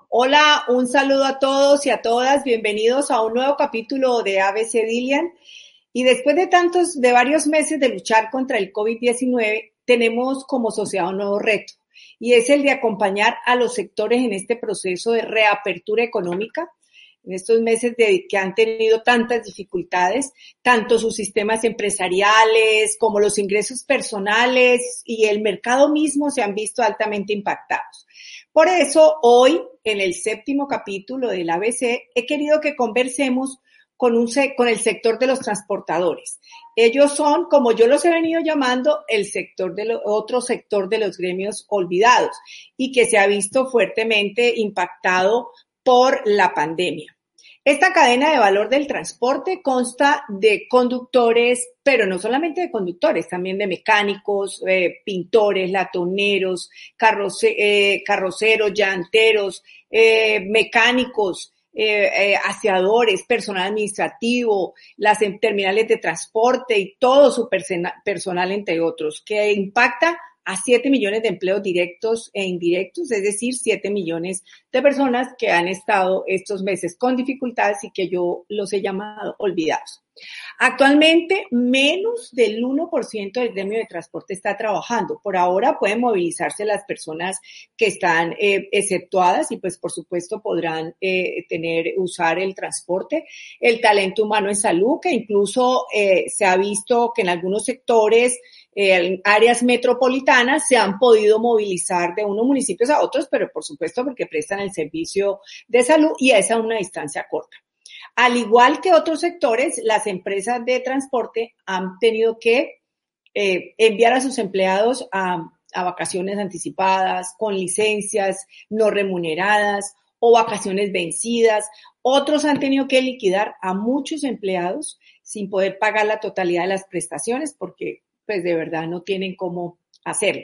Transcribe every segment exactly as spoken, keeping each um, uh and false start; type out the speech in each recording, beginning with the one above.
Hola, un saludo a todos y a todas. Bienvenidos a un nuevo capítulo de A B C Dilian. Y después de tantos, de varios meses de luchar contra el COVID diecinueve, tenemos como sociedad un nuevo reto. Y es el de acompañar a los sectores en este proceso de reapertura económica. En estos meses de, que han tenido tantas dificultades, tanto sus sistemas empresariales como los ingresos personales y el mercado mismo se han visto altamente impactados. Por eso, hoy, en el séptimo capítulo del A B C, he querido que conversemos con, un, con el sector de los transportadores. Ellos son, como yo los he venido llamando, el sector de lo, otro sector de los gremios olvidados y que se ha visto fuertemente impactado por la pandemia. Esta cadena de valor del transporte consta de conductores, pero no solamente de conductores, también de mecánicos, eh, pintores, latoneros, carroce, eh, carroceros, llanteros, eh, mecánicos, eh, eh, aseadores, personal administrativo, las terminales de transporte y todo su persona, personal, entre otros, que impacta a siete millones de empleos directos e indirectos, es decir, siete millones de personas que han estado estos meses con dificultades y que yo los he llamado olvidados. Actualmente, menos del uno por ciento del gremio de transporte está trabajando. Por ahora pueden movilizarse las personas que están eh, exceptuadas y pues por supuesto podrán eh, tener, usar el transporte, el talento humano en salud, que incluso eh, se ha visto que en algunos sectores en áreas metropolitanas se han podido movilizar de unos municipios a otros, pero por supuesto porque prestan el servicio de salud y es a una distancia corta. Al igual que otros sectores, las empresas de transporte han tenido que eh, enviar a sus empleados a, a vacaciones anticipadas, con licencias no remuneradas o vacaciones vencidas. Otros han tenido que liquidar a muchos empleados sin poder pagar la totalidad de las prestaciones porque pues de verdad no tienen cómo hacerlo.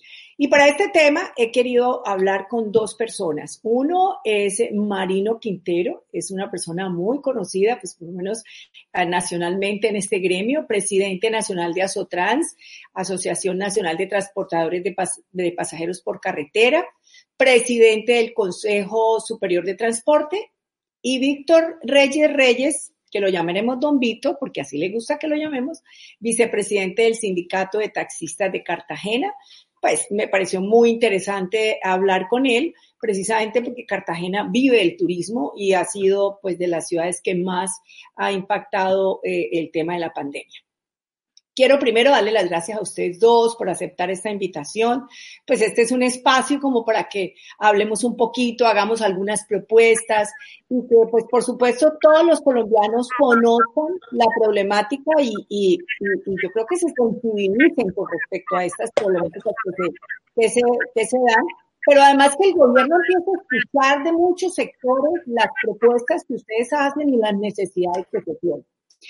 Y para este tema he querido hablar con dos personas. Uno es Marino Quintero, es una persona muy conocida, pues por lo menos nacionalmente en este gremio, presidente nacional de Asotrans, Asociación Nacional de Transportadores de, Pas- de Pasajeros por Carretera, presidente del Consejo Superior de Transporte, y Víctor Reyes Reyes, que lo llamaremos Don Vito, porque así le gusta que lo llamemos, vicepresidente del Sindicato de Taxistas de Cartagena. Pues me pareció muy interesante hablar con él, precisamente porque Cartagena vive el turismo y ha sido pues de las ciudades que más ha impactado eh, el tema de la pandemia. Quiero primero darle las gracias a ustedes dos por aceptar esta invitación. Pues este es un espacio como para que hablemos un poquito, hagamos algunas propuestas y que pues por supuesto todos los colombianos conozcan la problemática y, y, y, y yo creo que se sensibilicen con respecto a estas problemáticas que se, que se, que se dan. Pero además que el gobierno empiece a escuchar de muchos sectores las propuestas que ustedes hacen y las necesidades que se tienen.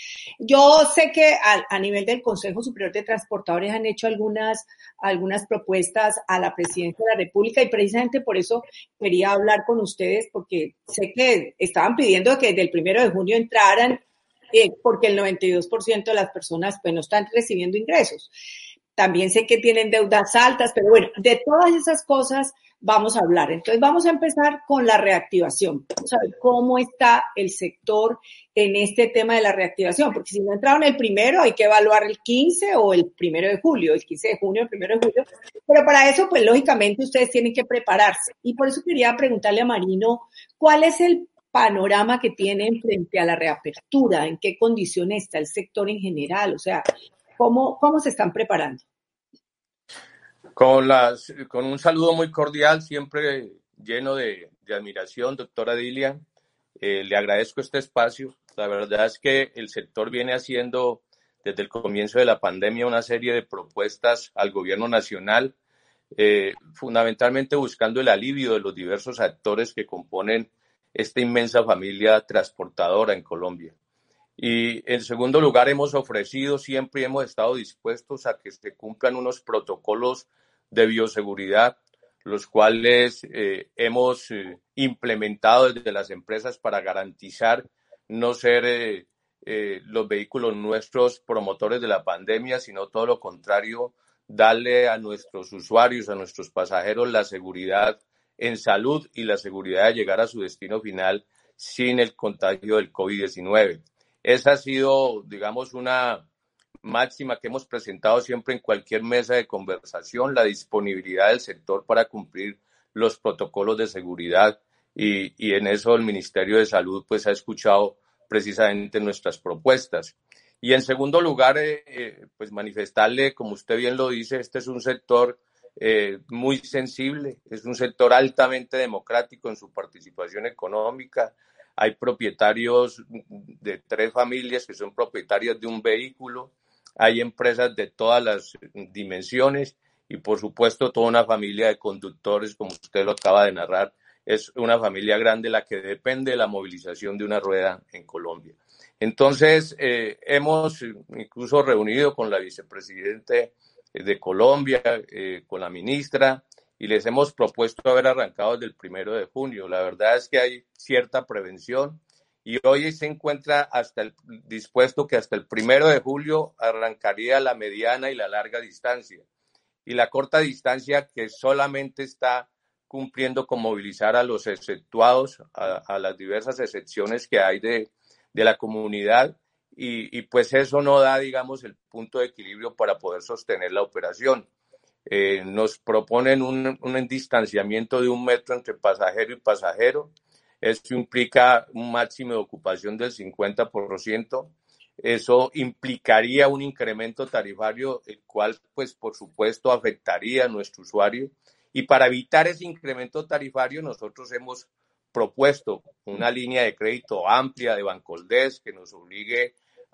Yo sé que a, a nivel del Consejo Superior de Transportadores han hecho algunas, algunas propuestas a la Presidencia de la República y precisamente por eso quería hablar con ustedes porque sé que estaban pidiendo que desde el primero de junio entraran eh, porque el noventa y dos por ciento de las personas pues no están recibiendo ingresos. También sé que tienen deudas altas, pero bueno, de todas esas cosas vamos a hablar. Entonces vamos a empezar con la reactivación. Vamos a ver cómo está el sector en este tema de la reactivación, porque si no entraron el primero hay que evaluar el quince o el primero de julio, el quince de junio, el primero de julio. Pero para eso, pues lógicamente ustedes tienen que prepararse. Y por eso quería preguntarle a Marino, ¿cuál es el panorama que tienen frente a la reapertura? ¿En qué condiciones está el sector en general? O sea, ¿Cómo, ¿Cómo se están preparando? Con, las, con un saludo muy cordial, siempre lleno de, de admiración, doctora Dilian. Eh, le agradezco este espacio. La verdad es que el sector viene haciendo desde el comienzo de la pandemia una serie de propuestas al gobierno nacional, eh, fundamentalmente buscando el alivio de los diversos actores que componen esta inmensa familia transportadora en Colombia. Y en segundo lugar, hemos ofrecido siempre y hemos estado dispuestos a que se cumplan unos protocolos de bioseguridad, los cuales eh, hemos eh, implementado desde las empresas para garantizar no ser eh, eh, los vehículos nuestros promotores de la pandemia, sino todo lo contrario, darle a nuestros usuarios, a nuestros pasajeros la seguridad en salud y la seguridad de llegar a su destino final sin el contagio del COVID diecinueve. Esa ha sido, digamos, una máxima que hemos presentado siempre en cualquier mesa de conversación, la disponibilidad del sector para cumplir los protocolos de seguridad y, y en eso el Ministerio de Salud pues ha escuchado precisamente nuestras propuestas. Y en segundo lugar, eh, eh, pues manifestarle, como usted bien lo dice, este es un sector eh, muy sensible, es un sector altamente democrático en su participación económica. Hay propietarios de tres familias que son propietarios de un vehículo, hay empresas de todas las dimensiones y por supuesto toda una familia de conductores, como usted lo acaba de narrar, es una familia grande la que depende de la movilización de una rueda en Colombia. Entonces, eh, hemos incluso reunido con la vicepresidenta de Colombia, eh, con la ministra, y les hemos propuesto haber arrancado desde el primero de junio. La verdad es que hay cierta prevención y hoy se encuentra hasta el, dispuesto que hasta el primero de julio arrancaría la mediana y la larga distancia. Y la corta distancia que solamente está cumpliendo con movilizar a los exceptuados, a, a las diversas excepciones que hay de, de la comunidad, y, y pues eso no da, digamos, el punto de equilibrio para poder sostener la operación. Eh, nos proponen un, un distanciamiento de un metro entre pasajero y pasajero. Esto implica un máximo de ocupación del cincuenta por ciento. Eso implicaría un incremento tarifario, el cual, pues, por supuesto, afectaría a nuestro usuario. Y para evitar ese incremento tarifario, nosotros hemos propuesto una línea de crédito amplia de Bancoldes que nos obligue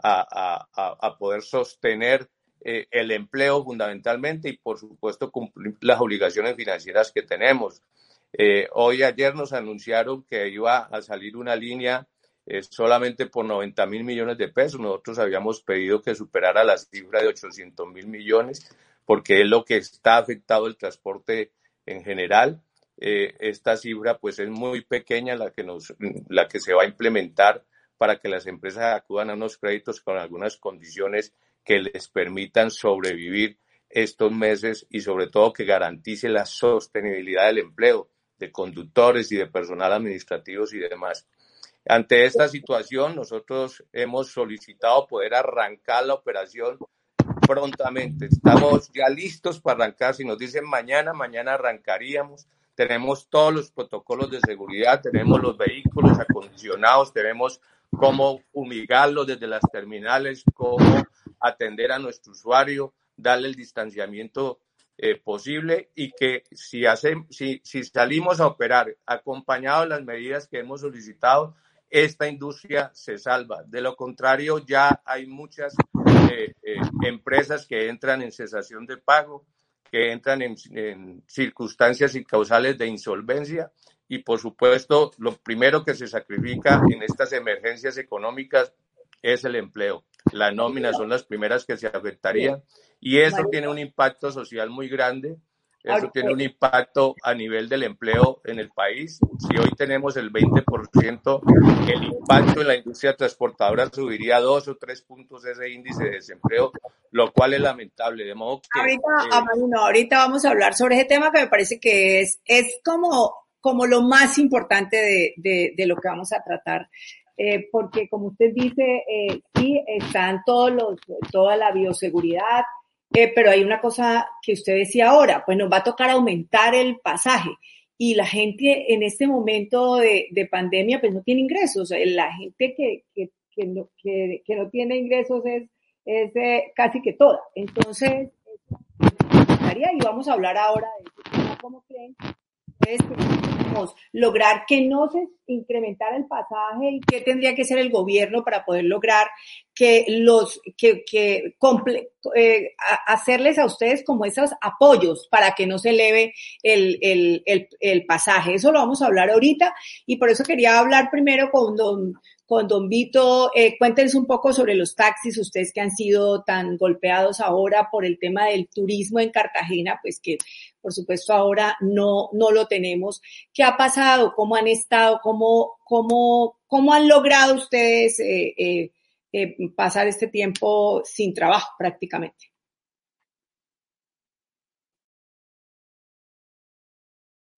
a, a, a poder sostener eh, el empleo fundamentalmente y, por supuesto, cumplir las obligaciones financieras que tenemos. Eh, hoy, ayer nos anunciaron que iba a salir una línea eh, solamente por noventa mil millones de pesos. Nosotros habíamos pedido que superara la cifra de ochocientos mil millones porque es lo que está afectado el transporte en general. Eh, esta cifra pues es muy pequeña la que, nos, la que se va a implementar para que las empresas acudan a unos créditos con algunas condiciones que les permitan sobrevivir estos meses y sobre todo que garantice la sostenibilidad del empleo de conductores y de personal administrativos y demás. Ante esta situación, nosotros hemos solicitado poder arrancar la operación prontamente. Estamos ya listos para arrancar. Si nos dicen mañana, mañana arrancaríamos. Tenemos todos los protocolos de seguridad, tenemos los vehículos acondicionados, tenemos cómo fumigarlos desde las terminales, cómo atender a nuestro usuario, darle el distanciamiento eh, posible y que si, hace, si, si salimos a operar acompañados de las medidas que hemos solicitado, esta industria se salva. De lo contrario, ya hay muchas eh, eh, empresas que entran en cesación de pago, que entran en, en circunstancias y causales de insolvencia y, por supuesto, lo primero que se sacrifica en estas emergencias económicas es el empleo. Las nóminas son las primeras que se afectarían y eso tiene un impacto social muy grande. Eso tiene un impacto a nivel del empleo en el país. Si hoy tenemos el veinte por ciento, el impacto en la industria transportadora subiría dos o tres puntos ese índice de desempleo, lo cual es lamentable. De modo que, ahorita, eh, Amadino, ahorita vamos a hablar sobre ese tema que me parece que es, es como, como lo más importante de, de, de lo que vamos a tratar. Eh, porque como usted dice, eh, sí, están todos los, toda la bioseguridad, Eh, pero hay una cosa que usted decía ahora, pues nos va a tocar aumentar el pasaje y la gente en este momento de, de pandemia pues no tiene ingresos. La gente que, que, que, no, que, que no tiene ingresos es, es eh, casi que toda. Entonces, y vamos a hablar ahora de este tema, ¿cómo creen ustedes que podemos lograr que no se incrementara el pasaje y qué tendría que hacer el gobierno para poder lograr que los que, que comple, eh, a, hacerles a ustedes como esos apoyos para que no se eleve el, el, el, el pasaje? Eso lo vamos a hablar ahorita y por eso quería hablar primero con don con don Vito. Eh, cuéntenos un poco sobre los taxis, ustedes que han sido tan golpeados ahora por el tema del turismo en Cartagena, pues que por supuesto ahora no, no lo tenemos. ¿Qué ha pasado? ¿Cómo han estado? ¿Cómo, cómo, cómo han logrado ustedes eh, eh, eh, pasar este tiempo sin trabajo prácticamente?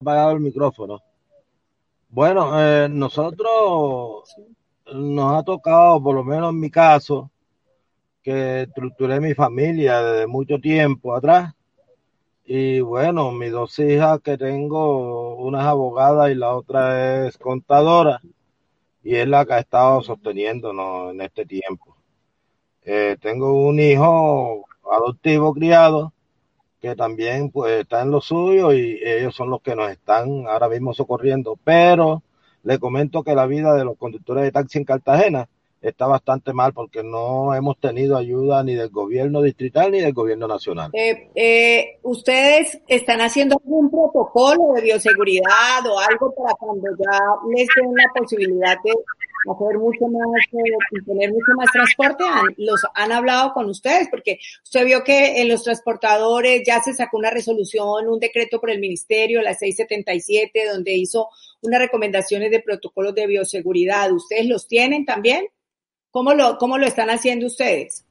apagado el micrófono. Bueno, eh, nosotros nos ha tocado, por lo menos en mi caso, que estructuré mi familia desde mucho tiempo atrás. Y bueno, mis dos hijas que tengo, una es abogada y la otra es contadora, y es la que ha estado sosteniéndonos en este tiempo. Eh, tengo un hijo adoptivo criado que también pues está en lo suyo y ellos son los que nos están ahora mismo socorriendo. Pero le comento que la vida de los conductores de taxi en Cartagena está bastante mal porque no hemos tenido ayuda ni del gobierno distrital ni del gobierno nacional. Eh, eh, ¿Ustedes están haciendo algún protocolo de bioseguridad o algo para cuando ya les den la posibilidad de hacer mucho más, eh, tener mucho más transporte? ¿Han, los han hablado con ustedes? Porque usted vio que en los transportadores ya se sacó una resolución, un decreto por el ministerio, la seiscientos setenta y siete, donde hizo unas recomendaciones de protocolos de bioseguridad. ¿Ustedes los tienen también? ¿Cómo lo, cómo lo están haciendo ustedes?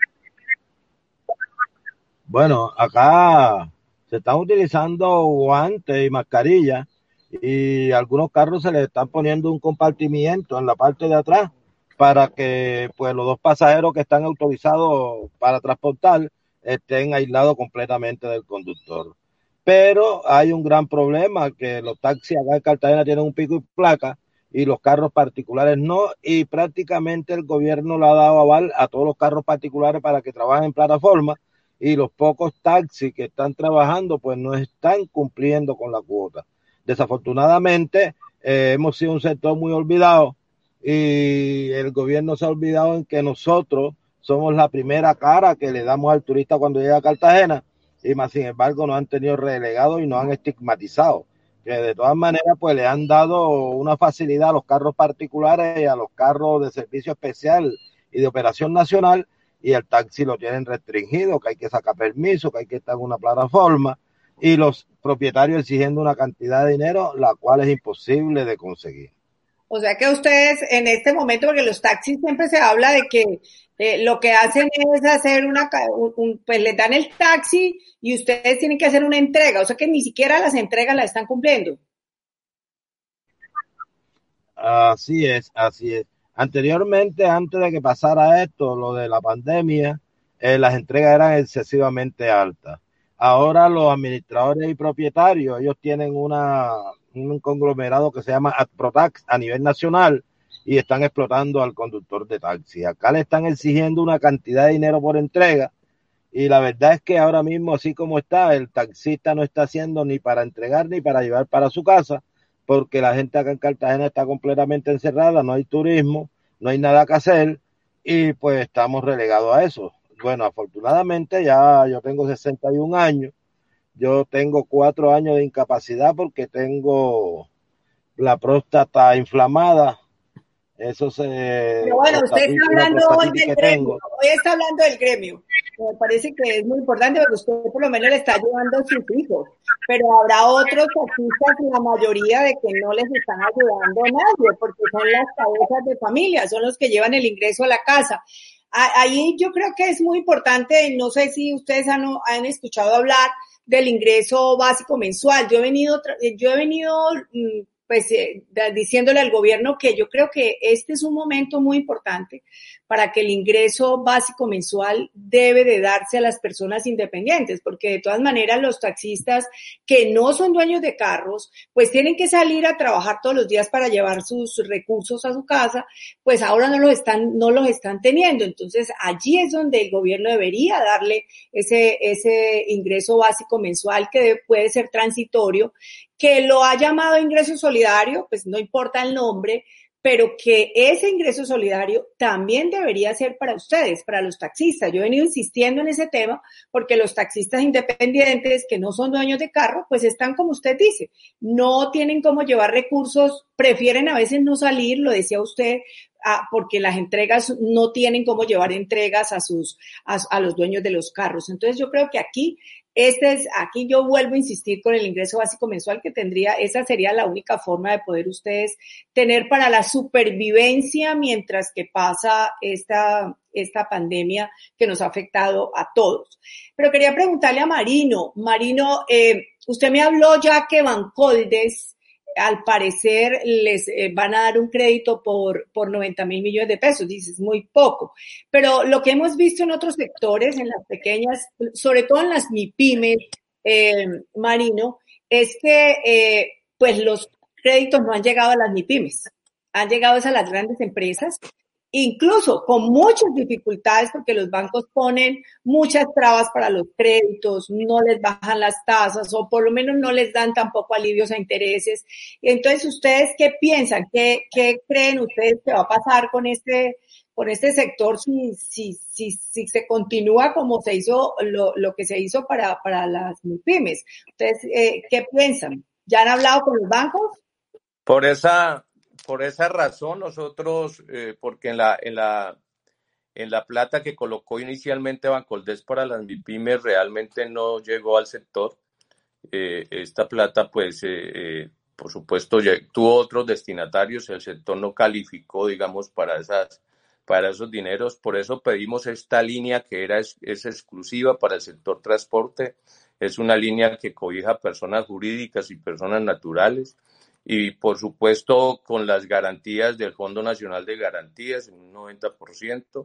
Bueno, acá se están utilizando guantes y mascarillas y a algunos carros se les están poniendo un compartimiento en la parte de atrás para que pues los dos pasajeros que están autorizados para transportar estén aislados completamente del conductor. Pero hay un gran problema, que los taxis acá en Cartagena tienen un pico y placa y los carros particulares no, y prácticamente el gobierno le ha dado aval a todos los carros particulares para que trabajen en plataforma, y los pocos taxis que están trabajando pues no están cumpliendo con la cuota. Desafortunadamente eh, hemos sido un sector muy olvidado y el gobierno se ha olvidado en que nosotros somos la primera cara que le damos al turista cuando llega a Cartagena, y más sin embargo nos han tenido relegados y nos han estigmatizado, que de todas maneras pues le han dado una facilidad a los carros particulares y a los carros de servicio especial y de operación nacional, y el taxi lo tienen restringido, que hay que sacar permiso, que hay que estar en una plataforma, y los propietarios exigiendo una cantidad de dinero la cual es imposible de conseguir. O sea que ustedes en este momento, porque los taxis siempre se habla de que eh, lo que hacen es hacer una, un, un, pues les dan el taxi y ustedes tienen que hacer una entrega, o sea que ni siquiera las entregas las están cumpliendo. Así es, así es. Anteriormente, antes de que pasara esto, lo de la pandemia, eh, las entregas eran excesivamente altas. Ahora los administradores y propietarios, ellos tienen una, un conglomerado que se llama AdProTax a nivel nacional y están explotando al conductor de taxi. Acá le están exigiendo una cantidad de dinero por entrega, y la verdad es que ahora mismo, así como está, el taxista no está haciendo ni para entregar ni para llevar para su casa, porque la gente acá en Cartagena está completamente encerrada, no hay turismo, no hay nada que hacer, y pues estamos relegados a eso. Bueno, afortunadamente ya yo tengo sesenta y un años, yo tengo cuatro años de incapacidad porque tengo la próstata inflamada. Eso se... Pero bueno, usted está hablando hoy del gremio, hoy está hablando del gremio. Me parece que es muy importante porque usted por lo menos le está ayudando a sus hijos, pero habrá otros taxistas, la mayoría de que no les están ayudando a nadie, porque son las cabezas de familia, son los que llevan el ingreso a la casa. Ahí yo creo que es muy importante, no sé si ustedes han, han escuchado hablar del ingreso básico mensual. Yo he venido, yo he venido pues eh, diciéndole al gobierno que yo creo que este es un momento muy importante para que el ingreso básico mensual debe de darse a las personas independientes, porque de todas maneras los taxistas que no son dueños de carros, pues tienen que salir a trabajar todos los días para llevar sus recursos a su casa, pues ahora no los están, no los están teniendo. Entonces allí es donde el gobierno debería darle ese, ese ingreso básico mensual que puede ser transitorio, que lo ha llamado ingreso solidario, pues no importa el nombre, pero que ese ingreso solidario también debería ser para ustedes, para los taxistas. Yo he venido insistiendo en ese tema porque los taxistas independientes que no son dueños de carro, pues están como usted dice, no tienen cómo llevar recursos, prefieren a veces no salir, lo decía usted, a, porque las entregas no tienen cómo llevar entregas a sus a, a los dueños de los carros. Entonces yo creo que aquí Este es, aquí yo vuelvo a insistir con el ingreso básico mensual que tendría, esa sería la única forma de poder ustedes tener para la supervivencia mientras que pasa esta, esta pandemia que nos ha afectado a todos. Pero quería preguntarle a Marino, Marino, eh, usted me habló ya que Bancoldes, al parecer les eh, van a dar un crédito por, por noventa mil millones de pesos, dices, muy poco. Pero lo que hemos visto en otros sectores, en las pequeñas, sobre todo en las MIPYMES, eh, Marino, es que eh, pues los créditos no han llegado a las MIPYMES, han llegado a las grandes empresas, incluso con muchas dificultades porque los bancos ponen muchas trabas para los créditos, no les bajan las tasas o por lo menos no les dan tampoco alivios a intereses. Entonces, ¿ustedes qué piensan? ¿Qué, qué creen ustedes que va a pasar con este, con este sector si, si, si, si se continúa como se hizo, lo, lo que se hizo para, para las MIPYMES? Ustedes, eh, ¿qué piensan? ¿Ya han hablado con los bancos? Por esa... Por esa razón nosotros, eh, porque en la, en, la, en la plata que colocó inicialmente Bancoldes para las MIPYMES realmente no llegó al sector. Eh, esta plata pues eh, eh, por supuesto tuvo otros destinatarios, el sector no calificó digamos para, esas, para esos dineros, por eso pedimos esta línea que era, es, es exclusiva para el sector transporte, es una línea que cobija personas jurídicas y personas naturales. Y por supuesto con las garantías del Fondo Nacional de Garantías en un noventa por ciento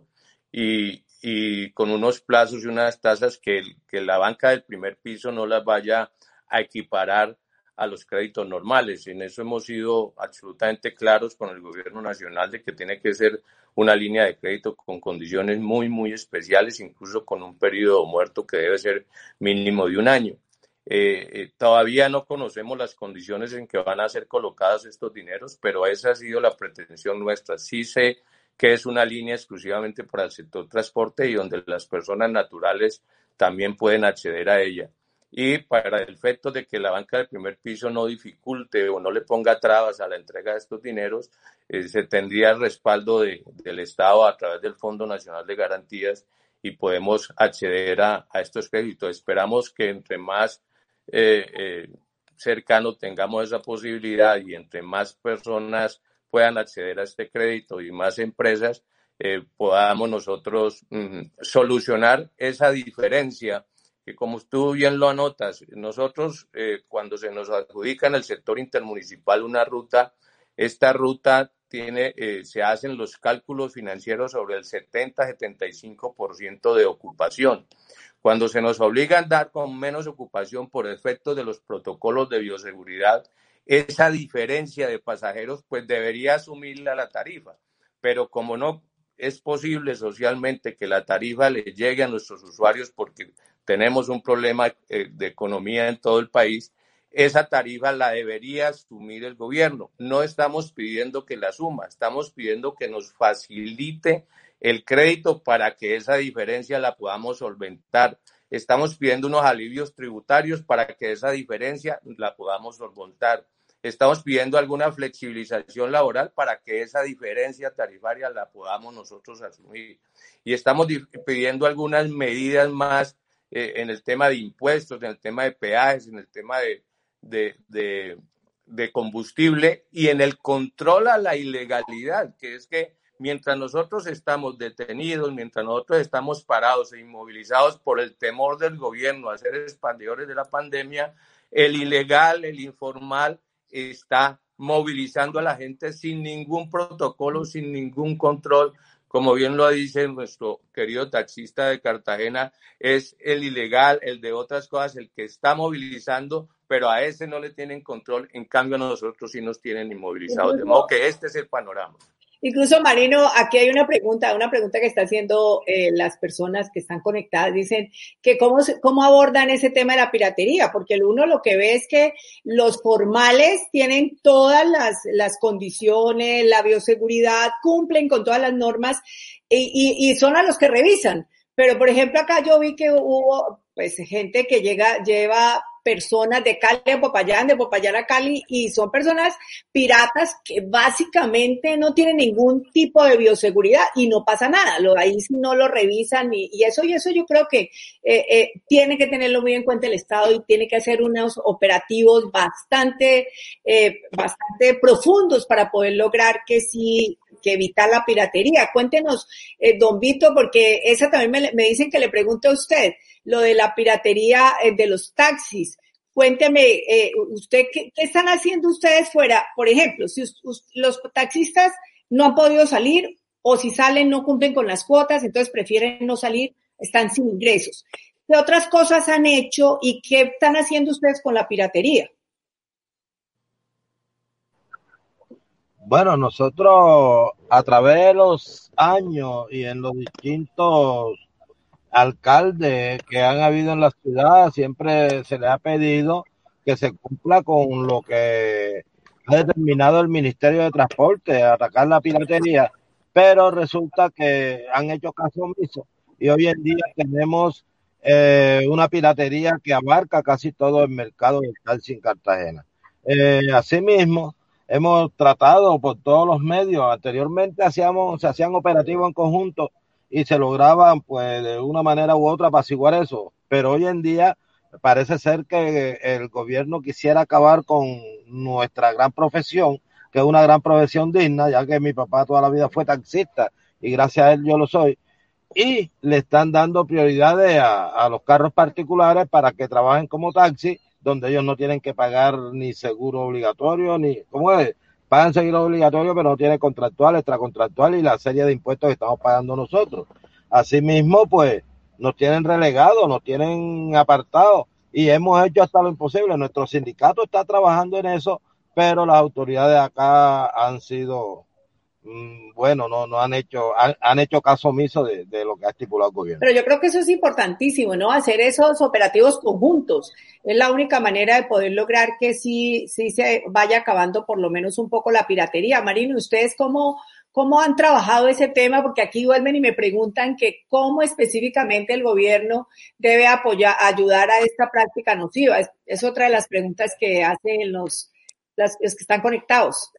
y, y con unos plazos y unas tasas que, que la banca del primer piso no las vaya a equiparar a los créditos normales. En eso hemos sido absolutamente claros con el gobierno nacional de que tiene que ser una línea de crédito con condiciones muy, muy especiales, incluso con un periodo muerto que debe ser mínimo de un año. Eh, eh, todavía no conocemos las condiciones en que van a ser colocados estos dineros, pero esa ha sido la pretensión nuestra. Sí sé que es una línea exclusivamente para el sector transporte y donde las personas naturales también pueden acceder a ella. Y para el efecto de que la banca del primer piso no dificulte o no le ponga trabas a la entrega de estos dineros, eh, se tendría el respaldo de, del Estado a través del Fondo Nacional de Garantías y podemos acceder a, a estos créditos. Esperamos que entre más Eh, eh, cercano tengamos esa posibilidad y entre más personas puedan acceder a este crédito y más empresas eh, podamos nosotros mm, solucionar esa diferencia que, como tú bien lo anotas, nosotros eh, cuando se nos adjudica en el sector intermunicipal una ruta, esta ruta tiene, eh, se hacen los cálculos financieros sobre el setenta a setenta y cinco por ciento de ocupación. Cuando se nos obliga a andar con menos ocupación por efecto de los protocolos de bioseguridad, esa diferencia de pasajeros pues debería asumirla la tarifa. Pero como no es posible socialmente que la tarifa le llegue a nuestros usuarios porque tenemos un problema eh, de economía en todo el país, esa tarifa la debería asumir el gobierno. No estamos pidiendo que la asuma, estamos pidiendo que nos facilite el crédito para que esa diferencia la podamos solventar. Estamos pidiendo unos alivios tributarios para que esa diferencia la podamos solventar. Estamos pidiendo alguna flexibilización laboral para que esa diferencia tarifaria la podamos nosotros asumir. Y estamos pidiendo algunas medidas más eh, en el tema de impuestos, en el tema de peajes, en el tema de, de, de, de combustible y en el control a la ilegalidad, que es que mientras nosotros estamos detenidos, mientras nosotros estamos parados e inmovilizados por el temor del gobierno a ser expandidores de la pandemia, el ilegal, el informal, está movilizando a la gente sin ningún protocolo, sin ningún control. Como bien lo dice nuestro querido taxista de Cartagena, es el ilegal, el de otras cosas, el que está movilizando, pero a ese no le tienen control, en cambio a nosotros sí nos tienen inmovilizados. De modo que este es el panorama. Incluso, Marino, aquí hay una pregunta, una pregunta que están haciendo eh, las personas que están conectadas. Dicen que cómo, cómo abordan ese tema de la piratería, porque el uno lo que ve es que los formales tienen todas las, las condiciones, la bioseguridad, cumplen con todas las normas y, y, y son a los que revisan. Pero, por ejemplo, acá yo vi que hubo pues gente que llega, lleva personas de Cali a Popayán, de Popayán a Cali, y son personas piratas que básicamente no tienen ningún tipo de bioseguridad y no pasa nada, lo, ahí sí no lo revisan y, y eso y eso yo creo que eh, eh, tiene que tenerlo muy en cuenta el Estado y tiene que hacer unos operativos bastante, eh, bastante profundos para poder lograr que sí, que evitar la piratería. Cuéntenos, eh, don Vito, porque esa también me, me dicen que le pregunte a usted, lo de la piratería eh, de los taxis. Cuénteme, eh, usted, ¿qué, ¿qué están haciendo ustedes fuera? Por ejemplo, si us, us, los taxistas no han podido salir o si salen no cumplen con las cuotas, entonces prefieren no salir, están sin ingresos. ¿Qué otras cosas han hecho y qué están haciendo ustedes con la piratería? Bueno, nosotros a través de los años y en los distintos alcaldes que han habido en la ciudad, siempre se les ha pedido que se cumpla con lo que ha determinado el Ministerio de Transporte, atacar la piratería, pero resulta que han hecho caso omiso y hoy en día tenemos eh, una piratería que abarca casi todo el mercado del taxi en Cartagena. Eh, asimismo, hemos tratado por todos los medios, anteriormente hacíamos, se hacían operativos en conjunto y se lograban pues de una manera u otra apaciguar eso, pero hoy en día parece ser que el gobierno quisiera acabar con nuestra gran profesión, que es una gran profesión digna, ya que mi papá toda la vida fue taxista y gracias a él yo lo soy, y le están dando prioridades a, a los carros particulares para que trabajen como taxi, donde ellos no tienen que pagar ni seguro obligatorio, ni, ¿cómo es? Pagan seguro obligatorio, pero no tienen contractual, extracontractual y la serie de impuestos que estamos pagando nosotros. Asimismo, pues, nos tienen relegados, nos tienen apartados y hemos hecho hasta lo imposible. Nuestro sindicato está trabajando en eso, pero las autoridades acá han sido, mmm, bueno, no, no han hecho, han, han hecho caso omiso de, de lo que ha estipulado el gobierno. Pero yo creo que eso es importantísimo, ¿no? Hacer esos operativos conjuntos. Es la única manera de poder lograr que sí, sí se vaya acabando por lo menos un poco la piratería. Marino, ¿ustedes cómo, cómo han trabajado ese tema? Porque aquí vuelven y me preguntan que cómo específicamente el gobierno debe apoyar, ayudar a esta práctica nociva. Es, es otra de las preguntas que hacen los, las, los que están conectados.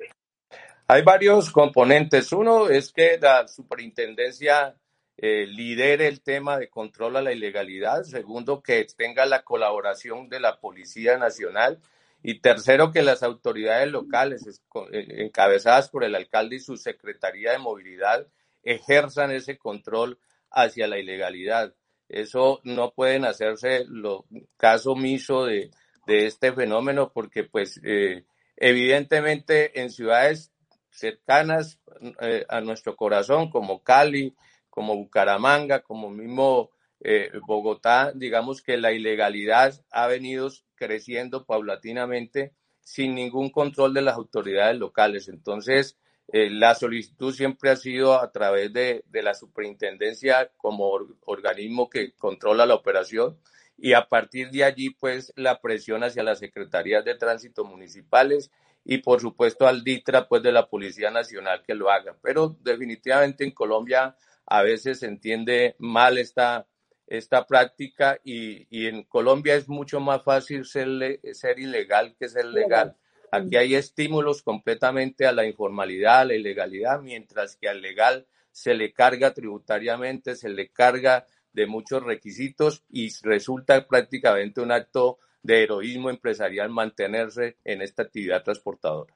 Hay varios componentes. Uno es que la superintendencia Eh, lidere el tema de control a la ilegalidad. Segundo, que tenga la colaboración de la Policía Nacional. Y tercero, que las autoridades locales, encabezadas por el alcalde y su Secretaría de Movilidad, ejerzan ese control hacia la ilegalidad. Eso no pueden hacerse lo, caso omiso de, de este fenómeno porque, pues, eh, evidentemente en ciudades cercanas eh, a nuestro corazón, como Cali, como Bucaramanga, como mismo eh, Bogotá, digamos que la ilegalidad ha venido creciendo paulatinamente sin ningún control de las autoridades locales. Entonces, eh, la solicitud siempre ha sido a través de, de la superintendencia como or, organismo que controla la operación y a partir de allí, pues, la presión hacia las secretarías de tránsito municipales y, por supuesto, al DITRA, pues, de la Policía Nacional que lo haga. Pero definitivamente en Colombia a veces se entiende mal esta, esta práctica y, y en Colombia es mucho más fácil ser, ser ilegal que ser legal. Aquí hay estímulos completamente a la informalidad, a la ilegalidad, mientras que al legal se le carga tributariamente, se le carga de muchos requisitos y resulta prácticamente un acto de heroísmo empresarial mantenerse en esta actividad transportadora.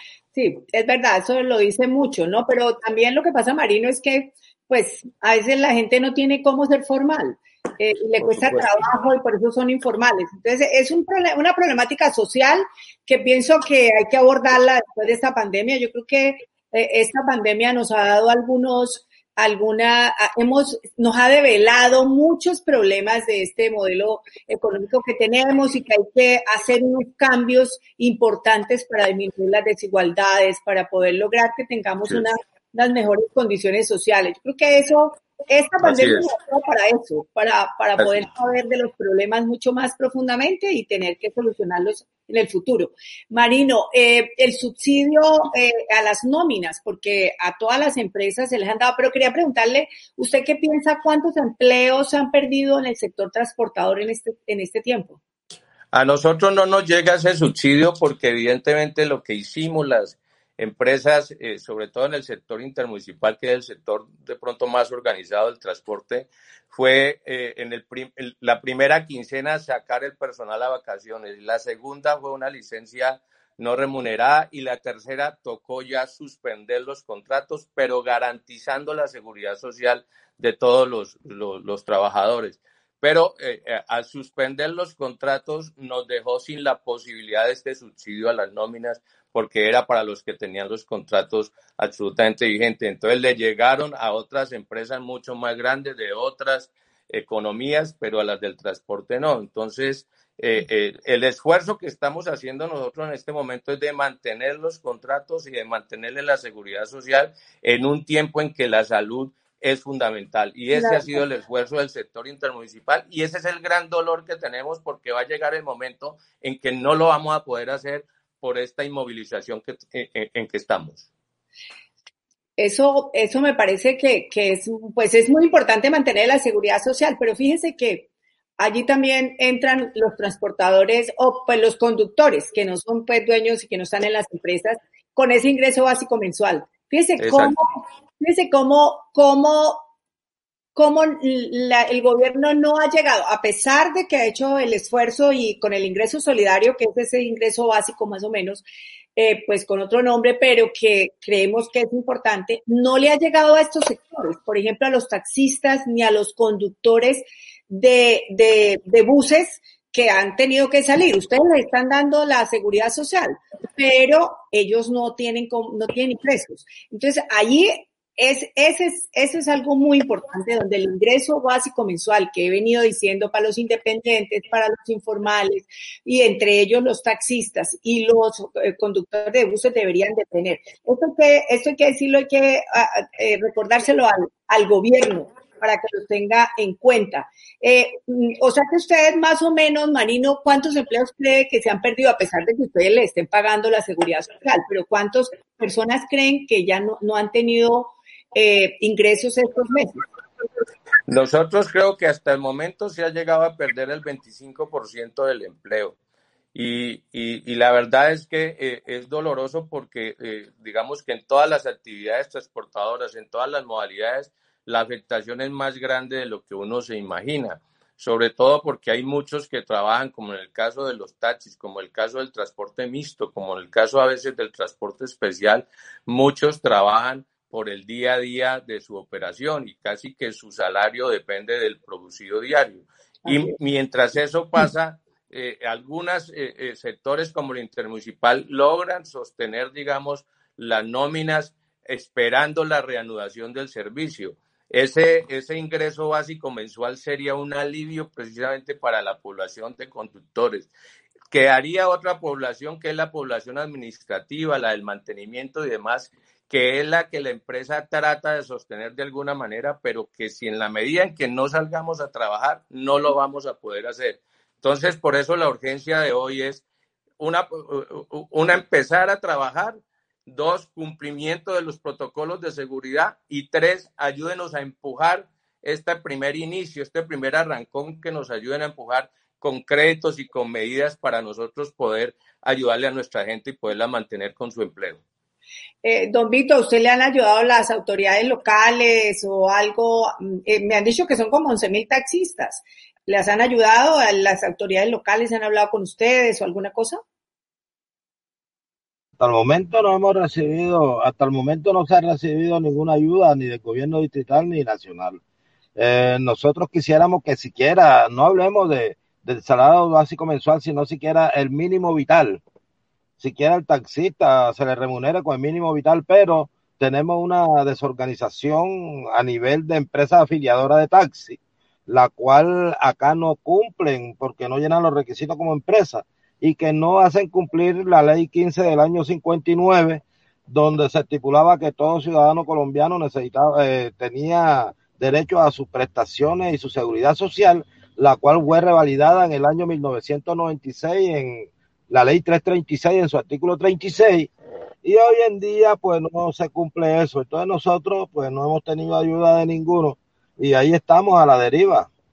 Sí, es verdad, eso lo dice mucho, ¿no? Pero también lo que pasa, Marino, es que pues a veces la gente no tiene cómo ser formal eh, y le por cuesta supuesto. Trabajo y por eso son informales. Entonces es un una problemática social que pienso que hay que abordarla después de esta pandemia. Yo creo que eh, esta pandemia nos ha dado algunos, alguna, hemos, nos ha develado muchos problemas de este modelo económico que tenemos y que hay que hacer unos cambios importantes para disminuir las desigualdades, para poder lograr que tengamos sí. una las mejores condiciones sociales. Yo creo que eso, esta pandemia nos ayuda para eso, para, para poder saber de los problemas mucho más profundamente y tener que solucionarlos en el futuro. Marino, eh, el subsidio eh, a las nóminas, porque a todas las empresas se les han dado, pero quería preguntarle, ¿usted qué piensa cuántos empleos se han perdido en el sector transportador en este, en este tiempo? A nosotros no nos llega ese subsidio porque evidentemente lo que hicimos las empresas, eh, sobre todo en el sector intermunicipal, que es el sector de pronto más organizado del transporte, fue eh, en el prim el, la primera quincena sacar el personal a vacaciones, la segunda fue una licencia no remunerada y la tercera tocó ya suspender los contratos, pero garantizando la seguridad social de todos los, los, los trabajadores. Pero eh, al suspender los contratos nos dejó sin la posibilidad de este subsidio a las nóminas porque era para los que tenían los contratos absolutamente vigentes. Entonces le llegaron a otras empresas mucho más grandes de otras economías, pero a las del transporte no. Entonces eh, eh, el esfuerzo que estamos haciendo nosotros en este momento es de mantener los contratos y de mantenerle la seguridad social en un tiempo en que la salud es fundamental y ese claro. ha sido el esfuerzo del sector intermunicipal y ese es el gran dolor que tenemos porque va a llegar el momento en que no lo vamos a poder hacer por esta inmovilización que, en, en que estamos. Eso, eso me parece que, que es, pues es muy importante mantener la seguridad social, pero fíjese que allí también entran los transportadores o pues los conductores que no son pues dueños y que no están en las empresas con ese ingreso básico mensual. Fíjese Exacto. cómo Fíjese cómo, cómo, cómo la, el gobierno no ha llegado, a pesar de que ha hecho el esfuerzo y con el ingreso solidario, que es ese ingreso básico más o menos, eh, pues con otro nombre, pero que creemos que es importante, no le ha llegado a estos sectores, por ejemplo, a los taxistas ni a los conductores de, de, de buses que han tenido que salir. Ustedes le están dando la seguridad social, pero ellos no tienen, no tienen ingresos. Entonces, allí Es, ese, es, ese es algo muy importante donde el ingreso básico mensual que he venido diciendo para los independientes, para los informales y entre ellos los taxistas y los eh, conductores de buses deberían de tener. Esto, que, esto hay que decirlo, hay que eh, recordárselo al, al gobierno para que lo tenga en cuenta. Eh, o sea que ustedes más o menos, Marino, ¿cuántos empleos cree que se han perdido a pesar de que ustedes le estén pagando la seguridad social? Pero ¿cuántas personas creen que ya no, no han tenido Eh, ingresos estos meses? Nosotros creo que hasta el momento se ha llegado a perder el veinticinco por ciento del empleo y, y, y la verdad es que eh, es doloroso porque eh, digamos que en todas las actividades transportadoras, en todas las modalidades, la afectación es más grande de lo que uno se imagina, sobre todo porque hay muchos que trabajan, como en el caso de los taxis, como el caso del transporte mixto, como en el caso a veces del transporte especial, muchos trabajan por el día a día de su operación y casi que su salario depende del producido diario. Y mientras eso pasa, eh, algunos eh, eh, sectores como el intermunicipal logran sostener, digamos, las nóminas esperando la reanudación del servicio. Ese, ese ingreso básico mensual sería un alivio precisamente para la población de conductores. Quedaría otra población que es la población administrativa, la del mantenimiento y demás, que es la que la empresa trata de sostener de alguna manera, pero que si en la medida en que no salgamos a trabajar, no lo vamos a poder hacer. Entonces, por eso la urgencia de hoy es una, una empezar a trabajar, dos, cumplimiento de los protocolos de seguridad y tres, ayúdenos a empujar este primer inicio, este primer arrancón que nos ayuden a empujar con créditos y con medidas para nosotros poder ayudarle a nuestra gente y poderla mantener con su empleo. Eh, don Vito, ¿a usted le han ayudado las autoridades locales o algo? Eh, me han dicho que son como once mil taxistas. ¿Les han ayudado? ¿A las autoridades locales han hablado con ustedes o alguna cosa? Hasta el momento no hemos recibido, hasta el momento no se ha recibido ninguna ayuda ni del gobierno distrital ni nacional. Eh, nosotros quisiéramos que siquiera, no hablemos de, del salario básico mensual, sino siquiera el mínimo vital. Siquiera el taxista se le remunera con el mínimo vital, pero tenemos una desorganización a nivel de empresas afiliadoras de taxi, la cual acá no cumplen porque no llenan los requisitos como empresa y que no hacen cumplir la ley quince del año cincuenta y nueve, donde se estipulaba que todo ciudadano colombiano necesitaba, eh, tenía derecho a sus prestaciones y su seguridad social, la cual fue revalidada en el año mil novecientos noventa y seis en la ley trescientos treinta y seis en su artículo treinta y seis, y hoy en día pues no se cumple eso. Entonces nosotros pues no hemos tenido ayuda de ninguno y ahí estamos a la deriva.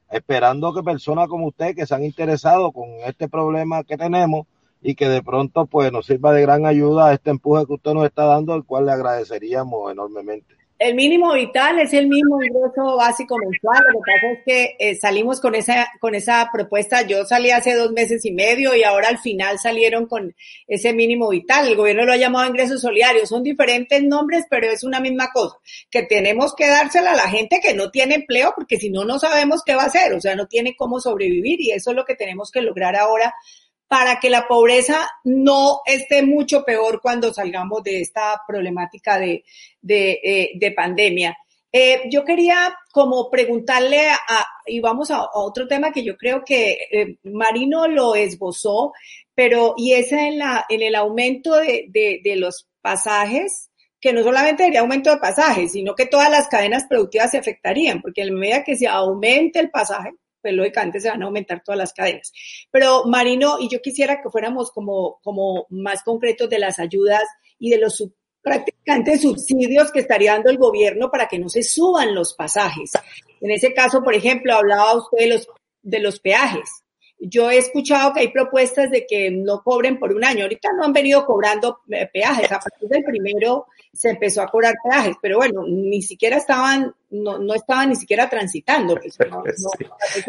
esperando que personas como usted que se han interesado con este problema que tenemos y que de pronto pues nos sirva de gran ayuda a este empuje que usted nos está dando, el cual le agradeceríamos enormemente. El mínimo vital es el mismo ingreso básico mensual. Lo que pasa es que eh, salimos con esa con esa propuesta. Yo salí hace dos meses y medio y ahora al final salieron con ese mínimo vital. El gobierno lo ha llamado ingresos solidarios. Son diferentes nombres, pero es una misma cosa. Que tenemos que dársela a la gente que no tiene empleo, porque si no, no sabemos qué va a hacer. O sea, no tiene cómo sobrevivir y eso es lo que tenemos que lograr ahora para que la pobreza no esté mucho peor cuando salgamos de esta problemática de, de, eh, de pandemia. Eh, yo quería como preguntarle, a, y vamos a, a otro tema que yo creo que eh, Marino lo esbozó, pero y es en, la, en el aumento de, de, de los pasajes, que no solamente sería aumento de pasajes, sino que todas las cadenas productivas se afectarían, porque en la medida que se aumente el pasaje, pues lógicamente se van a aumentar todas las cadenas. Pero Marino, y yo quisiera que fuéramos como, como más concretos de las ayudas y de los sub, prácticamente subsidios que estaría dando el gobierno para que no se suban los pasajes. En ese caso, por ejemplo, hablaba usted de los, de los peajes. Yo he escuchado que hay propuestas de que no cobren por un año. Ahorita no han venido cobrando peajes. A partir del primero se empezó a cobrar peajes, pero bueno, ni siquiera estaban, no, no estaban ni siquiera transitando. Pues, no, no, Sí,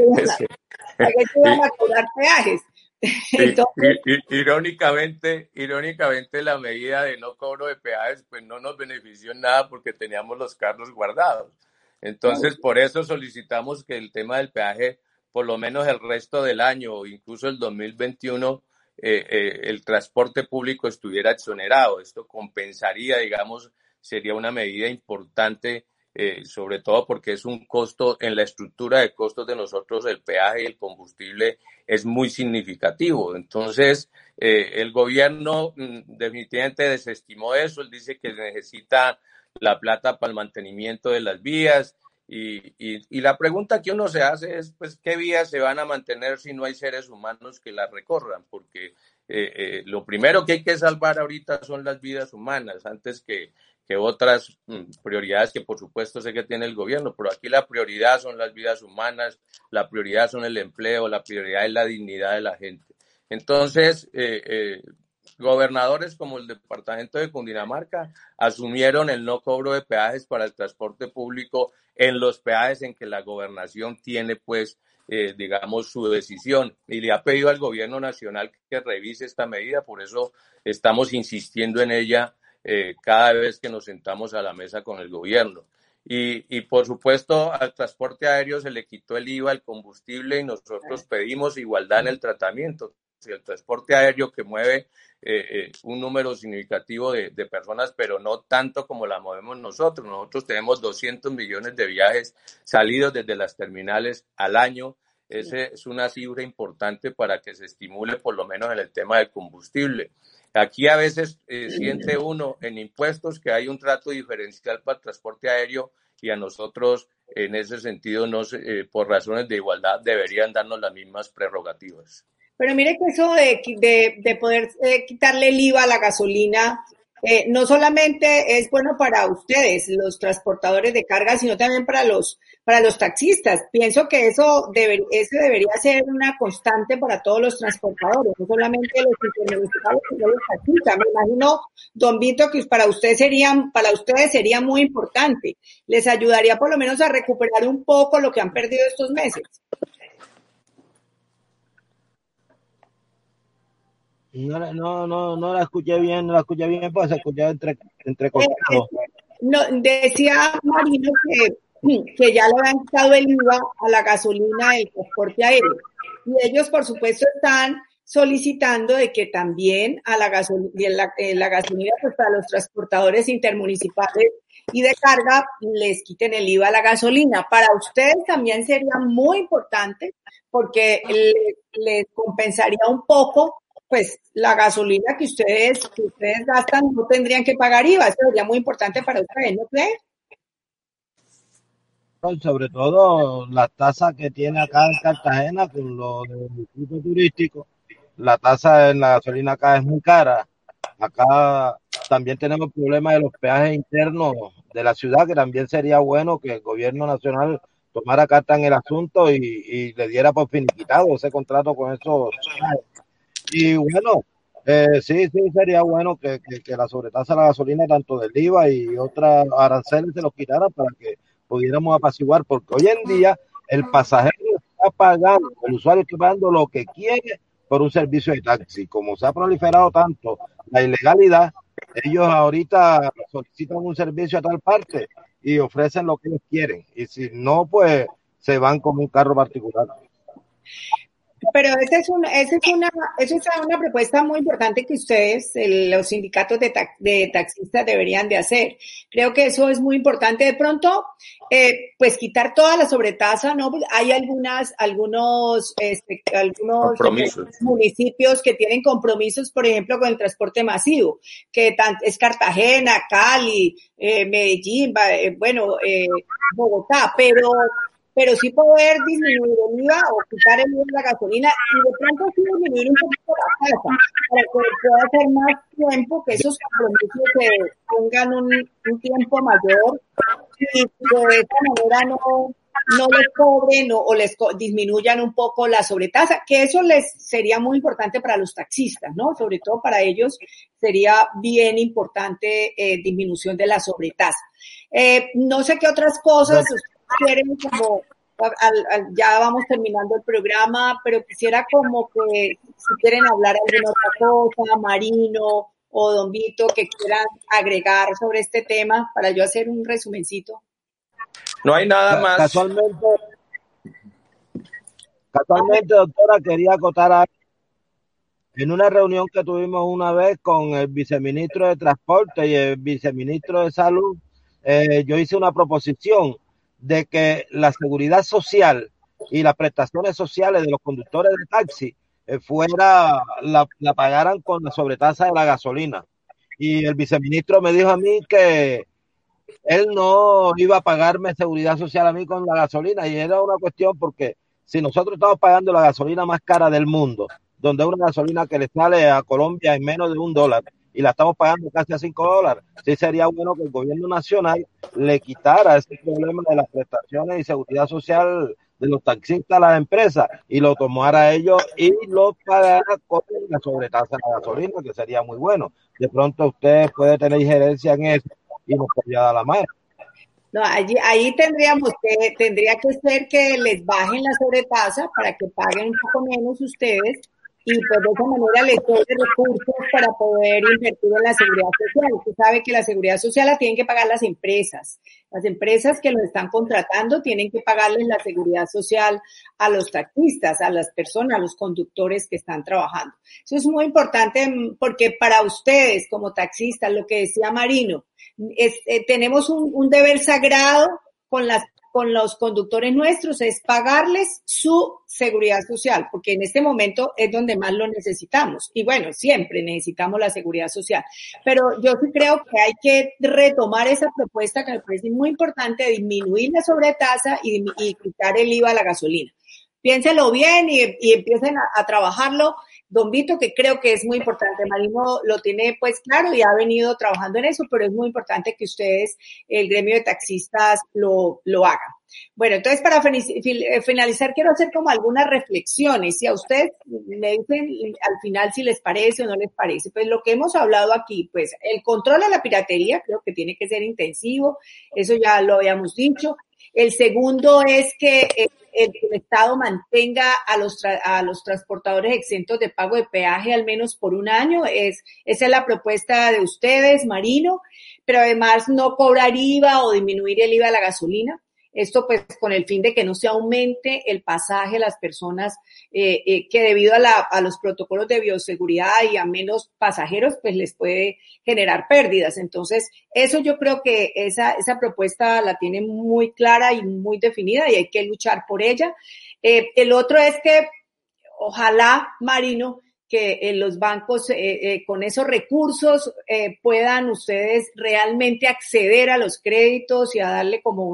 ¿para qué se iban a cobrar peajes? Entonces, irónicamente, irónicamente la medida de no cobro de peajes pues no nos benefició en nada porque teníamos los carros guardados. Entonces, por eso solicitamos que el tema del peaje, por lo menos el resto del año o incluso el dos mil veintiuno, eh, eh, el transporte público estuviera exonerado. Esto compensaría, digamos, sería una medida importante, eh, sobre todo porque es un costo en la estructura de costos de nosotros, el peaje y el combustible es muy significativo. Entonces, eh, el gobierno mm, definitivamente desestimó eso. Él dice que necesita la plata para el mantenimiento de las vías. Y, y, y la pregunta que uno se hace es, pues, ¿qué vías se van a mantener si no hay seres humanos que las recorran? Porque eh, eh, lo primero que hay que salvar ahorita son las vidas humanas, antes que, que otras mm, prioridades que por supuesto sé que tiene el gobierno, pero aquí la prioridad son las vidas humanas, la prioridad son el empleo, la prioridad es la dignidad de la gente. Entonces, eh, eh, gobernadores como el departamento de Cundinamarca asumieron el no cobro de peajes para el transporte público en los peajes en que la gobernación tiene, pues, eh, digamos, su decisión, y le ha pedido al gobierno nacional que revise esta medida. Por eso estamos insistiendo en ella eh, cada vez que nos sentamos a la mesa con el gobierno. Y, y por supuesto al transporte aéreo se le quitó el I V A al combustible y nosotros pedimos igualdad en el tratamiento. Si el transporte aéreo que mueve eh, eh, un número significativo de, de personas, pero no tanto como la movemos nosotros. Nosotros tenemos doscientos millones de viajes salidos desde las terminales al año. Esa es una cifra importante para que se estimule por lo menos en el tema del combustible. Aquí a veces eh, siente uno en impuestos que hay un trato diferencial para el transporte aéreo y a nosotros en ese sentido, no, eh, por razones de igualdad, deberían darnos las mismas prerrogativas. Pero mire que eso de, de, de poder eh, quitarle el I V A a la gasolina, eh, no solamente es bueno para ustedes, los transportadores de carga, sino también para los para los taxistas. Pienso que eso, debe, eso debería ser una constante para todos los transportadores, no solamente los intermunicipales, sino los taxistas. Me imagino, don Vito, que para ustedes sería, para ustedes sería muy importante. Les ayudaría por lo menos a recuperar un poco lo que han perdido estos meses. No, no, no, no la escuché bien, no la escuché bien, pues se escuchaba entre, entrecortado. Eh, no, decía Marino que, que ya le han quitado el I V A a la gasolina del transporte aéreo. Y ellos, por supuesto, están solicitando de que también a la gasolina, la, eh, la gasolina pues, para los transportadores intermunicipales y de carga les quiten el I V A a la gasolina. Para ustedes también sería muy importante porque les, les compensaría un poco pues la gasolina que ustedes que ustedes gastan no tendrían que pagar I V A. Eso sería muy importante para ustedes, ¿no creen? Sobre todo la tasa que tiene acá en Cartagena con lo del distrito turístico, la tasa en la gasolina acá es muy cara. Acá también tenemos problemas de los peajes internos de la ciudad, que también sería bueno que el gobierno nacional tomara carta en el asunto y, y le diera por finiquitado ese contrato con esos. Y bueno, eh, sí, sí, sería bueno que, que, que la sobretasa de la gasolina, tanto del I V A y otras aranceles, se los quitaran para que pudiéramos apaciguar, porque hoy en día el pasajero está pagando, el usuario está pagando lo que quiere por un servicio de taxi. Como se ha proliferado tanto la ilegalidad, ellos ahorita solicitan un servicio a tal parte y ofrecen lo que ellos quieren. Y si no, pues se van con un carro particular. Pero esa es una, esa es una, esa es una propuesta muy importante que ustedes, el, los sindicatos de, ta, de taxistas deberían de hacer. Creo que eso es muy importante. De pronto, eh, pues quitar toda la sobretasa, ¿no? Hay algunas, algunos, este, algunos municipios que tienen compromisos, por ejemplo, con el transporte masivo, que tan, es Cartagena, Cali, eh, Medellín, eh, bueno, eh, Bogotá, pero pero sí poder disminuir el I V A o quitar el I V A de la gasolina y de pronto sí disminuir un poquito la tasa para que pueda hacer más tiempo, que esos compromisos se tengan un, un tiempo mayor y de esta manera no, no les cobren o, o les co disminuyan un poco la sobretasa, que eso les sería muy importante para los taxistas, ¿no? Sobre todo para ellos sería bien importante eh, disminución de la sobretasa. Eh, no sé qué otras cosas quieren como, al, al, ya vamos terminando el programa, pero quisiera como que si quieren hablar alguna otra cosa, Marino o Don Vito, que quieran agregar sobre este tema para yo hacer un resumencito. No hay nada más. Casualmente, casualmente, doctora, quería acotar a en una reunión que tuvimos una vez con el viceministro de Transporte y el viceministro de Salud, eh, yo hice una proposición de que la seguridad social y las prestaciones sociales de los conductores de taxi eh, fuera la, la pagaran con la sobretasa de la gasolina. Y el viceministro me dijo a mí que él no iba a pagarme seguridad social a mí con la gasolina, y era una cuestión porque si nosotros estamos pagando la gasolina más cara del mundo, donde es una gasolina que le sale a Colombia en menos de un dólar y la estamos pagando casi a cinco dólares, sí sería bueno que el gobierno nacional le quitara ese problema de las prestaciones y seguridad social de los taxistas a las empresas y lo tomara a ellos y lo pagara con la sobretasa de la gasolina, que sería muy bueno. De pronto usted puede tener injerencia en eso y nos podría dar la mano. No, allí, ahí tendríamos que, tendría que ser que les bajen la sobretasa para que paguen un poco menos ustedes y pues de esa manera les doy recursos para poder invertir en la seguridad social. Usted sabe que la seguridad social la tienen que pagar las empresas. Las empresas que los están contratando tienen que pagarles la seguridad social a los taxistas, a las personas, a los conductores que están trabajando. Eso es muy importante porque para ustedes como taxistas, lo que decía Marino, es, eh, tenemos un, un deber sagrado con las con los conductores nuestros, es pagarles su seguridad social, porque en este momento es donde más lo necesitamos. Y bueno, siempre necesitamos la seguridad social. Pero yo sí creo que hay que retomar esa propuesta que me parece muy importante, de disminuir la sobretasa y, y quitar el I V A a la gasolina. Piénselo bien y, y empiecen a, a trabajarlo. Don Vito, que creo que es muy importante, Marino lo tiene pues claro y ha venido trabajando en eso, pero es muy importante que ustedes, el gremio de taxistas, lo, lo hagan. Bueno, entonces para finalizar quiero hacer como algunas reflexiones. Si a ustedes me dicen al final si les parece o no les parece, pues lo que hemos hablado aquí, pues el control a la piratería creo que tiene que ser intensivo, eso ya lo habíamos dicho. El segundo es que el, el, el Estado mantenga a los, tra, a los transportadores exentos de pago de peaje al menos por un año. Es, esa es la propuesta de ustedes, Marino, pero además no cobrar I V A o disminuir el I V A a la gasolina. Esto pues con el fin de que no se aumente el pasaje a las personas eh, eh, que debido a, la, a los protocolos de bioseguridad y a menos pasajeros pues les puede generar pérdidas. Entonces eso yo creo que esa, esa propuesta la tiene muy clara y muy definida y hay que luchar por ella. Eh, el otro es que ojalá, Marino, que eh, los bancos eh, eh, con esos recursos eh, puedan ustedes realmente acceder a los créditos y a darle como una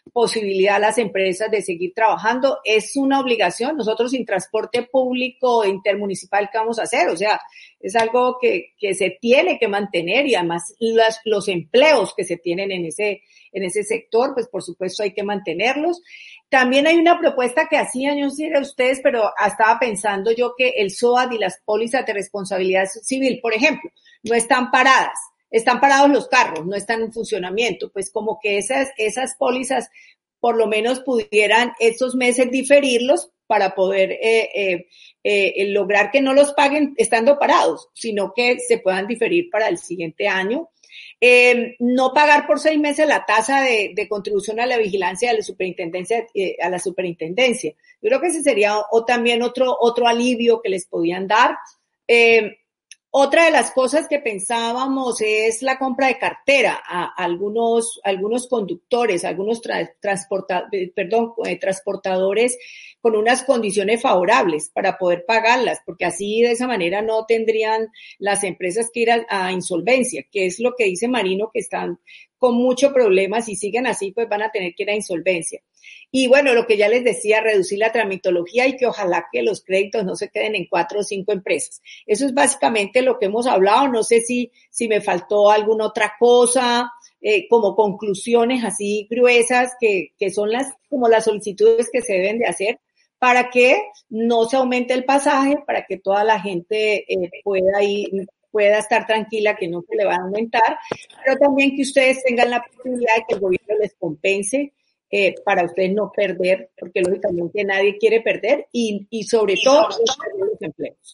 posibilidad a las empresas de seguir trabajando. Es una obligación. Nosotros sin transporte público intermunicipal, ¿qué vamos a hacer? O sea, es algo que, que se tiene que mantener y además las, los empleos que se tienen en ese, en ese sector, pues por supuesto hay que mantenerlos. También hay una propuesta que hacían, yo no sé a ustedes, pero estaba pensando yo que el S O A D y las pólizas de responsabilidad civil, por ejemplo, no están paradas, están parados los carros, no están en funcionamiento, pues como que esas, esas pólizas por lo menos pudieran estos meses diferirlos para poder eh, eh, eh, lograr que no los paguen estando parados, sino que se puedan diferir para el siguiente año. Eh, no pagar por seis meses la tasa de, de contribución a la vigilancia de la superintendencia, eh, a la superintendencia. Yo creo que ese sería o también otro, otro alivio que les podían dar. Eh, otra de las cosas que pensábamos es la compra de cartera a, a algunos, algunos conductores, algunos tra, transporta, perdón, eh, transportadores con unas condiciones favorables para poder pagarlas, porque así de esa manera no tendrían las empresas que ir a, a insolvencia, que es lo que dice Marino, que están con muchos problemas y siguen así, pues van a tener que ir a insolvencia. Y bueno, lo que ya les decía, reducir la tramitología y que ojalá que los créditos no se queden en cuatro o cinco empresas. Eso es básicamente lo que hemos hablado. No sé si, si me faltó alguna otra cosa, eh, como conclusiones así gruesas que, que son las, como las solicitudes que se deben de hacer para que no se aumente el pasaje, para que toda la gente eh, pueda ir, pueda estar tranquila que no se le va a aumentar, pero también que ustedes tengan la posibilidad de que el gobierno les compense eh, para ustedes no perder, porque lógicamente nadie quiere perder y, y sobre todo los empleos.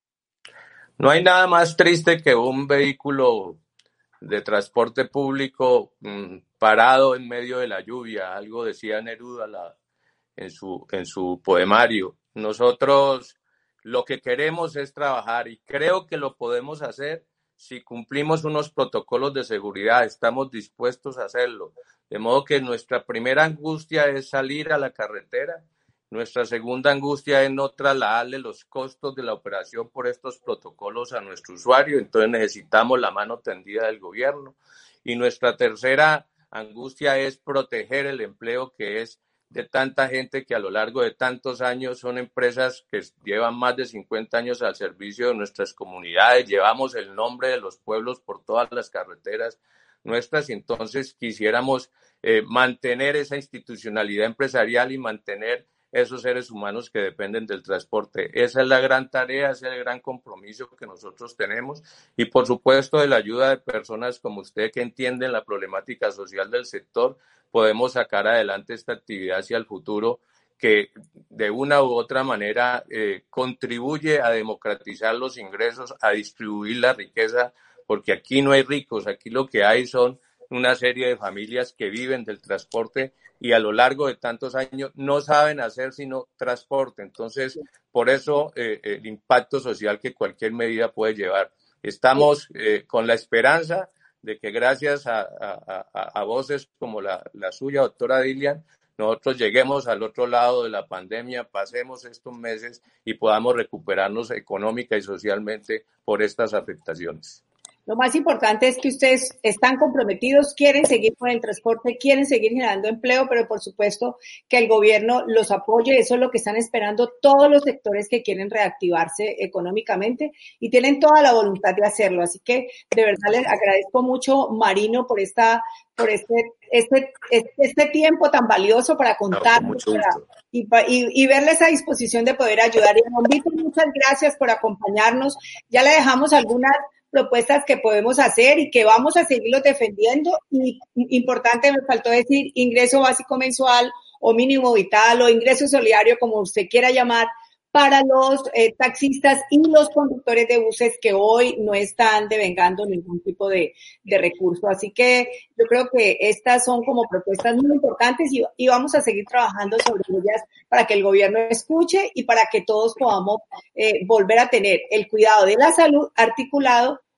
No hay nada más triste que un vehículo de transporte público mmm, parado en medio de la lluvia. Algo decía Neruda la, en su, en su poemario. Nosotros lo que queremos es trabajar y creo que lo podemos hacer si cumplimos unos protocolos de seguridad. Estamos dispuestos a hacerlo. De modo que nuestra primera angustia es salir a la carretera. Nuestra segunda angustia es no trasladarle los costos de la operación por estos protocolos a nuestro usuario. Entonces necesitamos la mano tendida del gobierno. Y nuestra tercera angustia es proteger el empleo que es de tanta gente que a lo largo de tantos años son empresas que llevan más de cincuenta años al servicio de nuestras comunidades. Llevamos el nombre de los pueblos por todas las carreteras nuestras y entonces quisiéramos eh, mantener esa institucionalidad empresarial y mantener esos seres humanos que dependen del transporte. Esa es la gran tarea, ese es el gran compromiso que nosotros tenemos y por supuesto de la ayuda de personas como usted que entienden la problemática social del sector, podemos sacar adelante esta actividad hacia el futuro que de una u otra manera eh, contribuye a democratizar los ingresos, a distribuir la riqueza, porque aquí no hay ricos, aquí lo que hay son una serie de familias que viven del transporte y a lo largo de tantos años no saben hacer sino transporte. Entonces, por eso eh, el impacto social que cualquier medida puede llevar. Estamos eh, con la esperanza de que gracias a, a, a, a voces como la, la suya, doctora Dilian, nosotros lleguemos al otro lado de la pandemia, pasemos estos meses y podamos recuperarnos económica y socialmente por estas afectaciones. Lo más importante es que ustedes están comprometidos, quieren seguir con el transporte, quieren seguir generando empleo, pero por supuesto que el gobierno los apoye. Eso es lo que están esperando todos los sectores que quieren reactivarse económicamente y tienen toda la voluntad de hacerlo. Así que de verdad les agradezco mucho, Marino, por esta, por este, este, este, este tiempo tan valioso para contarnos no, y, y, y verles a disposición de poder ayudar. Y Bombito, muchas gracias por acompañarnos. Ya le dejamos algunas propuestas que podemos hacer y que vamos a seguirlos defendiendo. Y importante, me faltó decir, ingreso básico mensual o mínimo vital o ingreso solidario, como usted quiera llamar, para los eh, taxistas y los conductores de buses que hoy no están devengando ningún tipo de, de recurso. Así que yo creo que estas son como propuestas muy importantes y, y vamos a seguir trabajando sobre ellas para que el gobierno escuche y para que todos podamos eh, volver a tener el cuidado de la salud articulado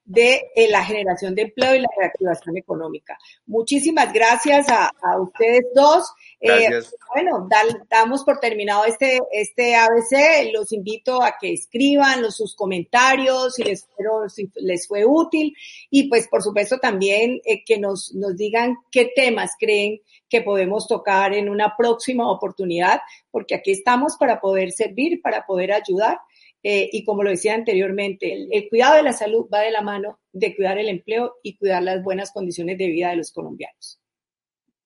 de eh, la generación de empleo y la reactivación económica. Muchísimas gracias a, a ustedes dos. Gracias. Eh, bueno, da, damos por terminado este, este A B C. Los invito a que escriban los, sus comentarios, si les, fueron, si les fue útil, y pues por supuesto también eh, que nos, nos digan qué temas creen que podemos tocar en una próxima oportunidad, porque aquí estamos para poder servir, para poder ayudar. Eh, y como lo decía anteriormente, el, el cuidado de la salud va de la mano de cuidar el empleo y cuidar las buenas condiciones de vida de los colombianos.